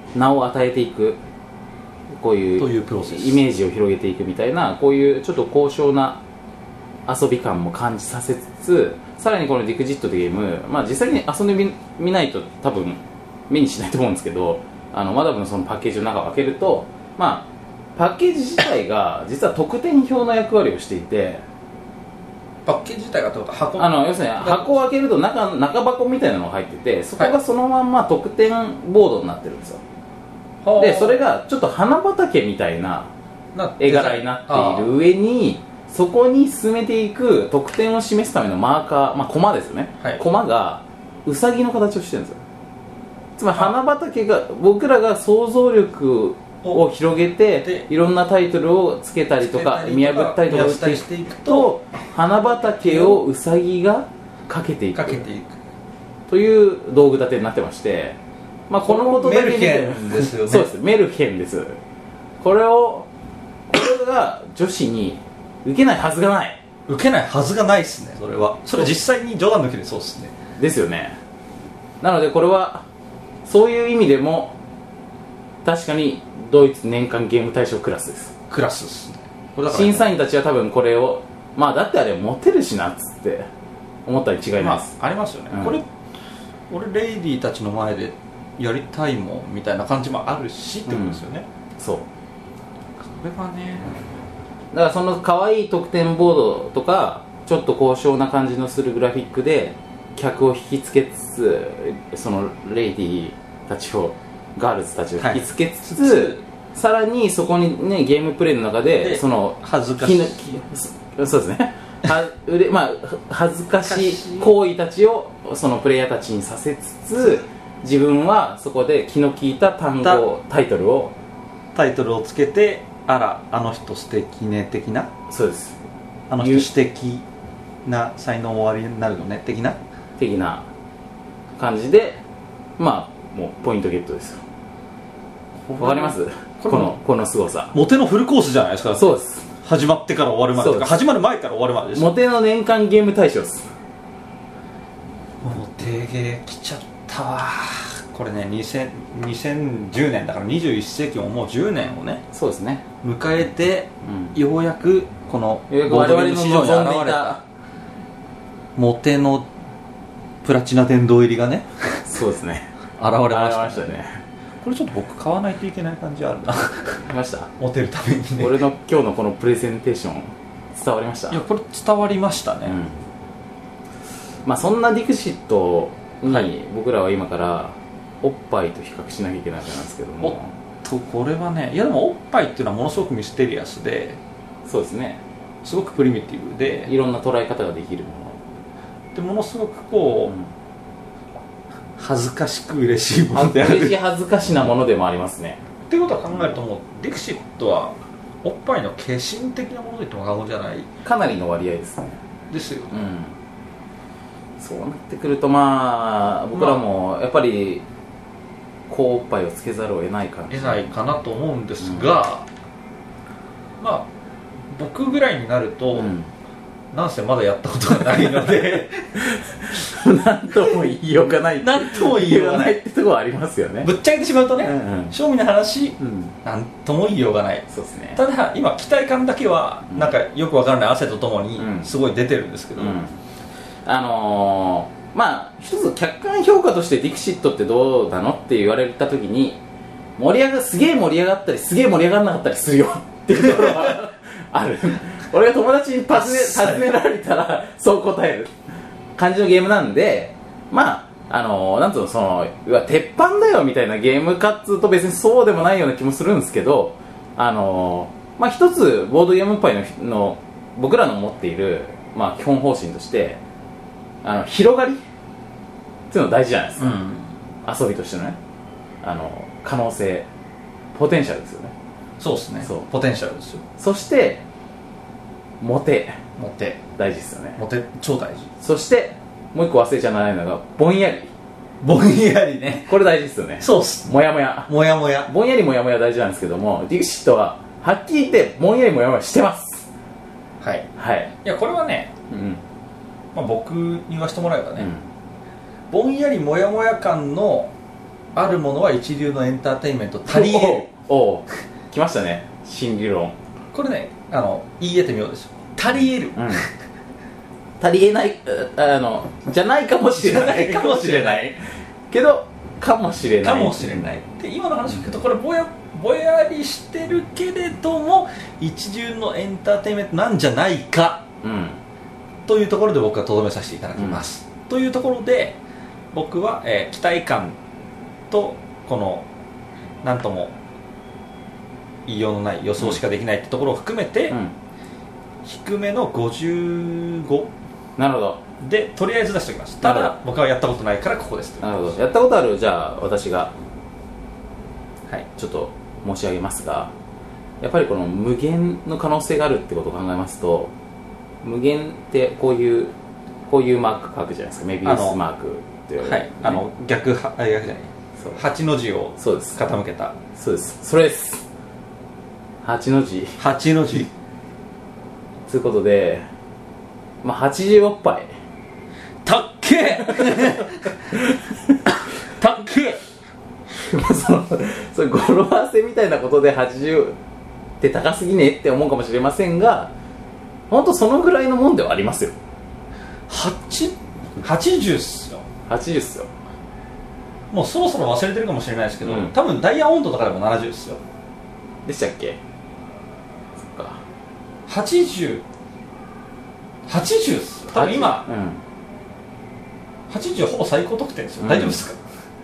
名を与えていく、こういうというプロセスイメージを広げていくみたいな、こういうちょっと高尚な遊び感も感じさせつつ、さらにこのディクジットというゲーム、まあ、実際に遊んでみ見ないと多分目にしないと思うんですけど、あのマダムのそのパッケージの中を開けると、まあ、パッケージ自体が実は得点表の役割をしていて、 パッケージ自体がってことは箱あの要するに箱を開けると 中, 中箱みたいなのが入ってて、そこがそのまんま得点ボードになってるんですよ。 はあ、 でそれがちょっと花畑みたいな絵柄になっている上に、そこに進めていく得点を示すためのマーカー、まあ、コマですよね、 はい、 コマがウサギの形をしてるんですよ。つまり花畑が、僕らが想像力を広げていろんなタイトルをつけたりとか見破ったりとかしていくと、花畑をウサギがかけていくという道具立てになってまして、まあ、このことだけ見てメルヘンですよね。 そうです、メルヘンです。これをこれが女子に受けないはずがない、 受けないはずがないですね。それはそれ実際に冗談抜きでそうですね。 ですよね。なのでこれはそういう意味でも確かにドイツ年間ゲーム大賞クラスです。 クラスですね。これだから審査員たちは多分これを、まあだってあれモテるしなっつって思ったに違いないです、 まあ、ありますよね、 うん、 これ俺レイディーたちの前でやりたいもんみたいな感じもあるしってことですよね、 うん、そう、 これはね、 だからその可愛い得点ボードとかちょっと高尚な感じのするグラフィックで客を引きつけつつ、そのレイディーたちを、ガールズたちを引きつけつつ、はい、さらにそこにね、ゲームプレイの中でその恥ずかしい、 そうですねはうれ、まあ、恥ずかしい行為たちをそのプレイヤーたちにさせつつ、自分はそこで気の利いた単語タイトルをタイトルをつけて、あらあの人素敵ね的な、 そうです、 あの人素敵な才能おありになるのね的な的な感じで、まあもうポイントゲットですよ。わかります？このこの凄さ。 モテのフルコースじゃないですか。 そうです。 始まってから終わるまでとか、始まる前から終わるまでです。 モテの年間ゲーム大賞です。 モテゲー来ちゃったわ。これね、にせんじゅうねんだからにじゅういっせいきももうじゅうねんをね、 そうですね、 迎えて、うん、ようやくこのボードゲーム市場に現れたモテのプラチナ殿堂入りがねそうですね、 現れました ね, ましたね。 これちょっと僕買わないといけない感じあるな見ました？ モテるためにね。 俺の今日のこのプレゼンテーション伝わりました？ いや、これ伝わりましたね、うん、 まあそんなディクシットに僕らは今からおっぱいと比較しなきゃいけないわけなんですけども、 おっとこれはね、いやでもおっぱいっていうのはものすごくミステリアスで、 そうですね、 すごくプリミティブでいろんな捉え方ができるもので、ものすごくこう、うん、恥ずかしく嬉しいものである、 嬉しい恥ずかしなものでもありますね。 っていうことは考えると、もうディクシットはおっぱいの化身的なものと言っても過言じゃない、 かなりの割合ですね。 ですよね、 うん、そうなってくると、まあ僕らもやっぱりこうおっぱいをつけざるを得ない感じ得ないかなと思うんですが、うん、まあ僕ぐらいになると、うん、なんせまだやったことがないのでなんとも言いようがないなんとも言いようがないってところはありますよね。 ぶっちゃけてしまうとね、うんうん、正味の話、 うん、 なんとも言いようがない。 そうですね。 ただ今期待感だけはなんかよくわからない汗とともにすごい出てるんですけど、うんうん、 あのーまあ一つ客観評価としてディクシットってどうなのって言われた時に、盛り上がすげえ盛り上がったりすげえ盛り上がらなかったりするよっていうところはある俺が友達に尋ね、尋ねられたらそう答える感じのゲームなんで、まああのー、なんつうの、そのうわ鉄板だよみたいなゲームかっつうと別にそうでもないような気もするんですけど、あのー、まあ一つボードゲームパイ の, の僕らの持っている、まあ、基本方針としてあの広がりっていうの大事じゃないですか、うん、遊びとしてのね、あの可能性、ポテンシャルですよね。 そうですね、そうポテンシャルですよ。 そしてモテ、 モテ大事ですよね。 モテ超大事。 そしてもう一個忘れちゃならないのがぼんやり。 ぼんやりね、 これ大事ですよね。 そうっす。 もやもやもやもやぼんやりもやもや大事なんですけども、ディクシットははっきり言ってぼんやりもやもやしてます。 はいはい。 いやこれはね、うんまあ、僕に言わせてもらえばね、うん、ぼんやりもやもや感のあるものは一流のエンターテインメント足り得る。 おお来ましたね、新理論。 これね、あの言い得てみようですよ。足り得る、 うん、足りえない、あのじゃないかもしれないかもしれないけどかもしれないかもしれないで、今の話を聞くとこれぼやぼやりしてるけれども一流のエンターテインメントなんじゃないか、 うん、 というところで僕はとどめさせていただきます、うん、というところで僕は、えー、期待感とこのなんとも言いようのない予想しかできないってところを含めて、うん、低めのごじゅうごなるほどでとりあえず出しておきます。ただ僕はやったことないからここです。 なるほど。やったことある。じゃあ私がはいちょっと申し上げますが、やっぱりこの無限の可能性があるってことを考えますと、無限ってこういうこういうマーク書くじゃないですか。メビウスマークって言われる、 はい、あの逆はあ逆じゃないはちの字を傾けた。 そうです。それです。はちの字はちの字ということで、まあはちじゅうおっぱいたっけたっけそのそれ語呂合わせみたいなことではちじゅうって高すぎねって思うかもしれませんが、本当そのぐらいのもんではありますよ。 はちはちじゅうっすよ。 はちじゅうっすよ。 もうそろそろ忘れてるかもしれないですけど、 うん、 多分ダイヤモンドとかでもななじゅうっすよ。 でしたっけ。そっかはちじゅうはちじゅうっすよ。多分今、うん、はちじゅうほぼ最高得点ですよ、うん、大丈夫ですか。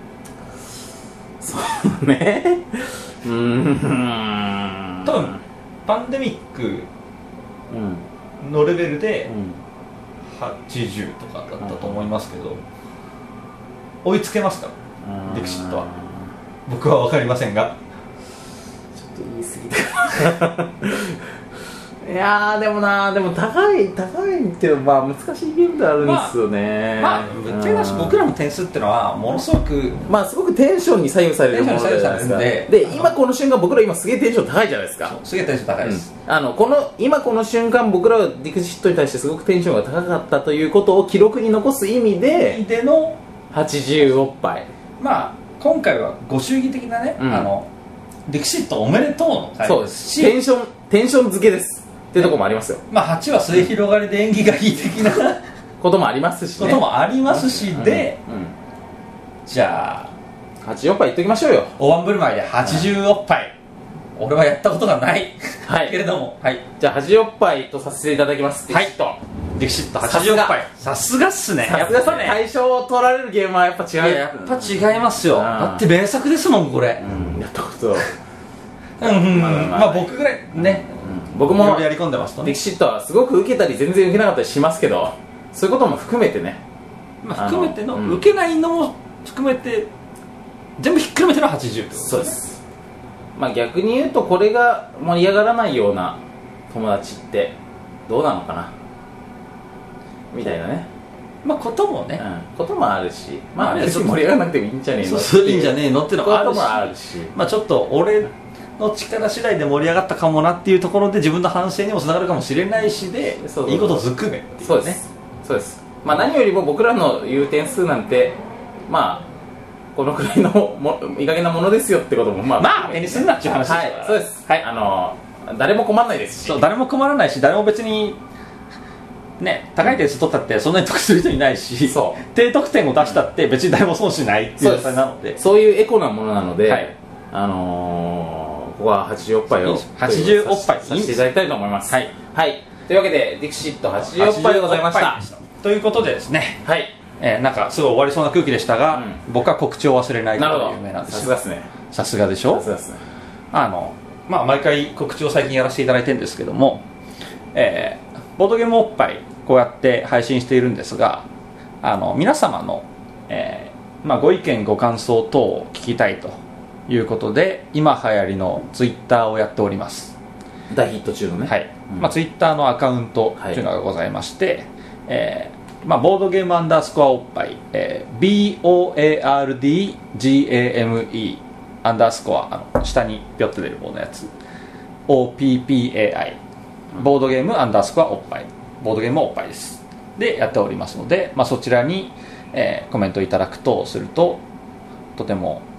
そうねうーん多分パンデミックのレベルではちじゅうとかだったと思いますけど、うん、追いつけますかディクシットは。僕は分かりませんがちょっと言い過ぎたいやーでもな、でも高い高いっていうのはまあ難しいゲームであるんですよね。 まあ、まあ、ぶっちゃけなし僕らの点数っていうのはものすごくまあすごくテンションに左右されるものじゃないですか。で, で今この瞬間僕ら今すげえテンション高いじゃないですか。 すげえテンション高いです、 うん、あのこの今この瞬間僕らはディクシットに対してすごくテンションが高かったということを記録に残す意味ででのはちじゅうおっぱい。 まあ今回はご祝儀的なね、うん、あのディクシットおめでとうの回ですし、 テンションテンション付けですっていうところもありますよ。 まあはちは末広がりで縁起がいい的なこともありますしね。 こともありますしで、うんうん、じゃあはちじゅうおっぱいいっときましょうよ。 大盤振る舞いではちじゅうおっぱい、うん、俺はやったことがない、はい、けれども、はい、 じゃあはちじゅうおっぱいとさせていただきます。 はい、ディクシットはちじゅうおっぱい。さすがっすね。 やっぱね対象を取られるゲームはやっぱ違う。 やっぱ違いますよ、うん、だって名作ですもんこれ、 うん、やったことうんうん、まあ、まあ僕ぐらいね、 うん、僕もやり込んでますと、ね、 ディクシットはすごく受けたり全然受けなかったりしますけど、そういうことも含めてね、 まあ、含めての、うん、受けないのも含めて全部ひっくるめてのはちじゅうってことですね。そうです。 まあ逆に言うとこれが盛り上がらないような友達ってどうなのかなみたいなね、 まあこともね、 うん、こともあるし、まあ別に盛り上がらなくてもいいんじゃねえのっていいんじゃねえのってのもあるし、 あるし、 まあちょっと俺の力次第で盛り上がったかもなっていうところで自分の反省にもつながるかもしれないしで、そうそうそう、いいことずくめっていうね。 そうですそうです。まあ何よりも僕らの言う点数なんてまあこのくらいのもいい加減なものですよってこともまあまあ手にするなっていう話ですから、 はい、そうです。はい、あの誰も困らないですし、 そう誰も困らないし、誰も別にね高い点数取ったってそんなに得する人いないし、そう低得点を出したって別に誰も損しないっていう状態なので、 そういうエコなものなので、はい、あのー、ここははちじゅうおっぱいをはちじゅうおっぱいさせていただきたいと思います。はい、はい、というわけでディクシットはちじゅうおっぱいでございました。 ということでですね、 はい、 えー、なんかすごい終わりそうな空気でしたが、うん、僕は告知を忘れないことが有名なんですよ。 さすがですね。 さすがでしょ。 さすがですね。 あのまあ毎回告知を最近やらせていただいてるんですけども、えー、ボードゲームおっぱいこうやって配信しているんですが、あの皆様の、えーまあ、ご意見ご感想等を聞きたいということで今流行りのツイッターをやっております。 大ヒット中のね、 はい、うん、まあ、ツイッターのアカウントというのがございまして、はい、えーまあ、ボードゲームアンダースコアおっぱい、えー、ビーオーエーアールディージーエーエムイー アンダースコア、あの下にピョッと出る方のやつ オーピーピーエーアイ ボードゲームアンダースコアおっぱい、ボードゲームおっぱいですでやっておりますので、まあ、そちらに、えー、コメントいただくとするととても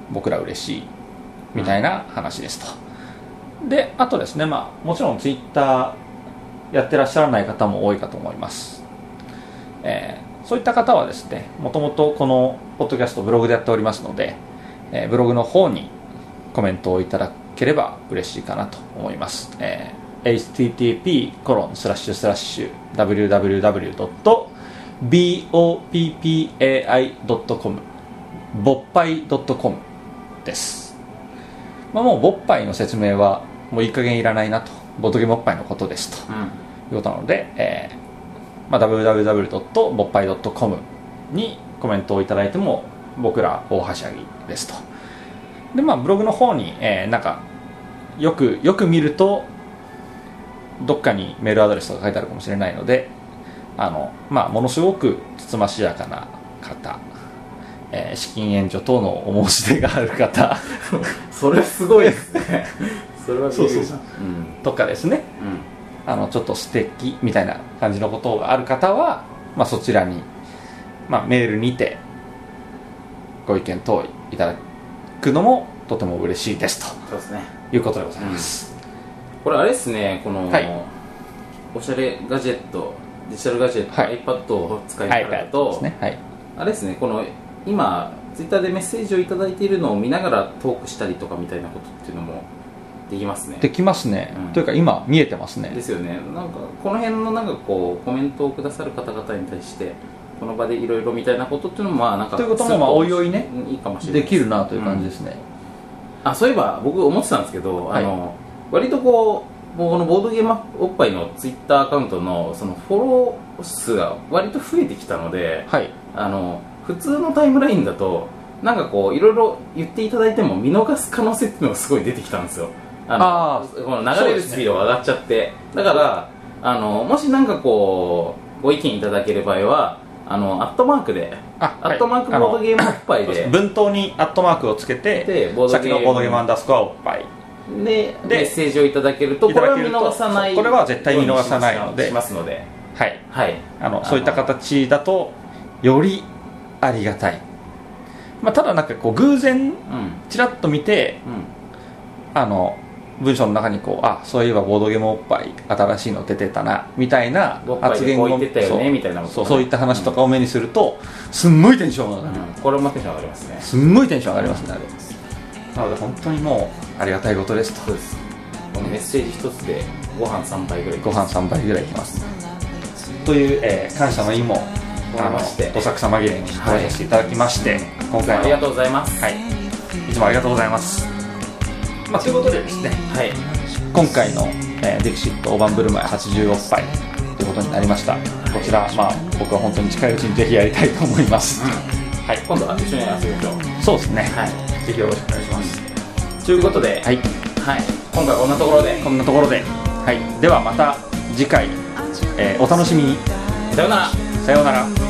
僕ら嬉しいみたいな話ですと。であとですね、まあもちろんツイッターやってらっしゃらない方も多いかと思います。えー、そういった方はですね、もともとこのポッドキャストブログでやっておりますので、えー、ブログの方にコメントをいただければ嬉しいかなと思います。えー、エイチティーティーピーコロンスラッシュスラッシュダブリューダブリューダブリュードットビーオーピーピーエーアイドットコム ボッパイドットコム です。まあ、もうボッパイの説明はもういい加減いらないなと、ボトゲボッパイのことですと、うん、いうことなので、えーまあ、ダブリューダブリューダブリュードットボッパイドットコム にコメントをいただいても僕ら大はしゃぎですと。で、まあ、ブログの方に、えー、なんかよくよく見るとどっかにメールアドレスとか書いてあるかもしれないので、あの、まあ、ものすごくつつましやかな方、えー、資金援助等のお申し出がある方それすごいですねそれはそうそうそう、 うん、とかですね、うん、あのちょっと素敵みたいな感じのことがある方は、まあ、そちらに、まあ、メールにてご意見等いただくのもとても嬉しいですと、 そうですね、 いうことでございます、 うん、これあれですね、この、はい、おしゃれガジェット、デジタルガジェット、はい、iPad を使いながらだと、ですね、はい、あれですね、この今ツイッターでメッセージをいただいているのを見ながらトークしたりとかみたいなことっていうのもできますね。 できますね、うん、というか今見えてますね。 ですよね。なんかこの辺のなんかこうコメントをくださる方々に対してこの場でいろいろみたいなことっていうのもまあなんかということもまあおいおいね、 いいかもしれないできるなという感じですね、 うん、あ、そういえば僕思ってたんですけど、はい、あの割とこうこのボードゲームおっぱいのツイッターアカウントのそのフォロー数が割と増えてきたので、はい、あの普通のタイムラインだとなんかこういろいろ言っていただいても見逃す可能性っていうのがすごい出てきたんですよ。あのあこの流れるスピードが上がっちゃって、ね、だからあのもしなんかこうご意見いただける場合はあのアットマークであ、 アットマークボードゲームおっぱいで文頭にアットマークをつけてでボードゲーム先のボードゲームアンダースコアおっぱいでメッセージをいただけるとこれは見逃さない、 これは絶対見逃さないのでしますので、 はい、はい、あのそういった形だとよりありがたい、まあ、ただなんかこう偶然ちらっと見て、うん、あの文章の中にこうあそういえばボードゲームおっぱい新しいの出てたなみたいな発言をそうそういった話とかを目にすると、うん、すんごいテンション上がる、うん、 これもテンション上がりますね。 すんごいテンション上がりますね、あれ。なので本当にもうありがたいことですと。 そうです。このメッセージ一つでご飯さんばいぐらいご飯さんばいぐらいいきますという、えー、感謝の意もあのどさくさ紛れに投影していただきまして、はい、今回のありがとうございます、 はい、いつもありがとうございます、まあ、ということでですね、はい、今回の、えー、ディクシット大盤振る舞いはちじゅうおっぱいということになりました。こちら、まあ、僕は本当に近いうちにぜひやりたいと思います、うん、 はい、今度は一緒に遊びましょう。 そうですね、はい、 ぜひよろしくお願いします。ということで、はい、はい、今回はこんなところでこんなところで、はい、ではまた次回、えー、お楽しみに。 さようなら。 さようなら。